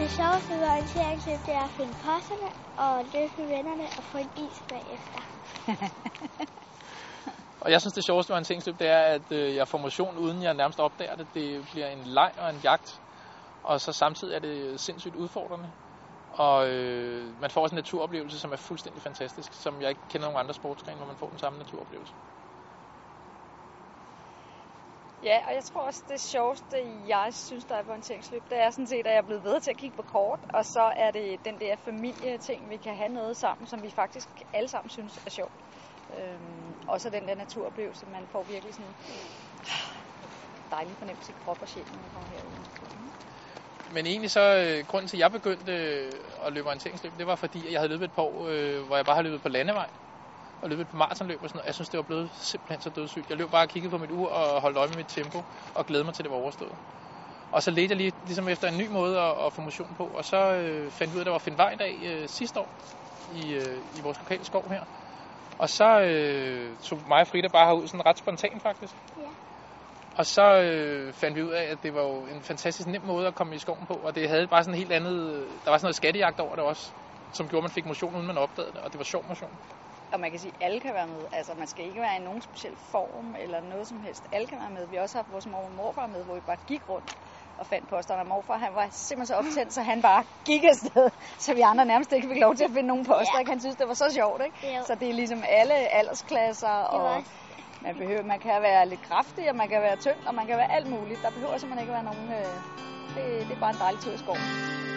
Det sjoveste ved orienteringsløb, det er at finde posterne og løbe med vennerne og få en is bagefter. Og jeg synes, det sjoveste ved orienteringsløb, det er, at jeg får motion, uden jeg nærmest opdager det. Det bliver en leg og en jagt, og så samtidig er det sindssygt udfordrende. Og man får også en naturoplevelse, som er fuldstændig fantastisk, som jeg ikke kender nogen andre sportsgrene, hvor man får den samme naturoplevelse. Ja, og jeg tror også, det sjoveste, jeg synes, der er på orienteringsløb, det er sådan set, at jeg er blevet bedre til at kigge på kort, og så er det den der familieting, vi kan have noget sammen, som vi faktisk alle sammen synes er sjovt. Og så den der naturoplevelse, man får virkelig sådan dejlig fornemmelse i krop og sjæl, når man kommer herude. Men egentlig så, grunden til, at jeg begyndte at løbe orienteringsløb, det var fordi, at jeg havde løbet et par år, hvor jeg bare havde løbet på landevej. Og løbet på maratonløb og sådan noget. Jeg synes, det var blevet simpelthen så dødssygt. Jeg løb bare og kiggede på mit ur og holdt øje med mit tempo og glædede mig til, det var overstået. Og så ledte jeg ligesom efter en ny måde at få motion på. Og så fandt vi ud af, at der var Finn Vejdag sidste år i vores lokale skov her. Og så tog mig og Frida bare herud sådan ret spontant faktisk. Ja. Og så fandt vi ud af, at det var jo en fantastisk nem måde at komme i skoven på. Og det havde bare sådan helt andet. Der var sådan noget skattejagt over det også, som gjorde, at man fik motion, uden man opdagede det. Og det var sjov motion. Og man kan sige, at alle kan være med. Altså, man skal ikke være i nogen speciel form eller noget som helst. Alle kan være med. Vi har også haft vores mor og morfar med, hvor vi bare gik rundt og fandt posterne. Og morfar, han var simpelthen så optændt, så han bare gik afsted. Så vi andre nærmest ikke fik lov til at finde nogen poster. Ja. Han synes, det var så sjovt, ikke? Jo. Så det er ligesom alle aldersklasser. Og man kan være lidt kraftig, og man kan være tynd, og man kan være alt muligt. Der behøver simpelthen ikke være nogen. Det er bare en dejlig tur i skoven.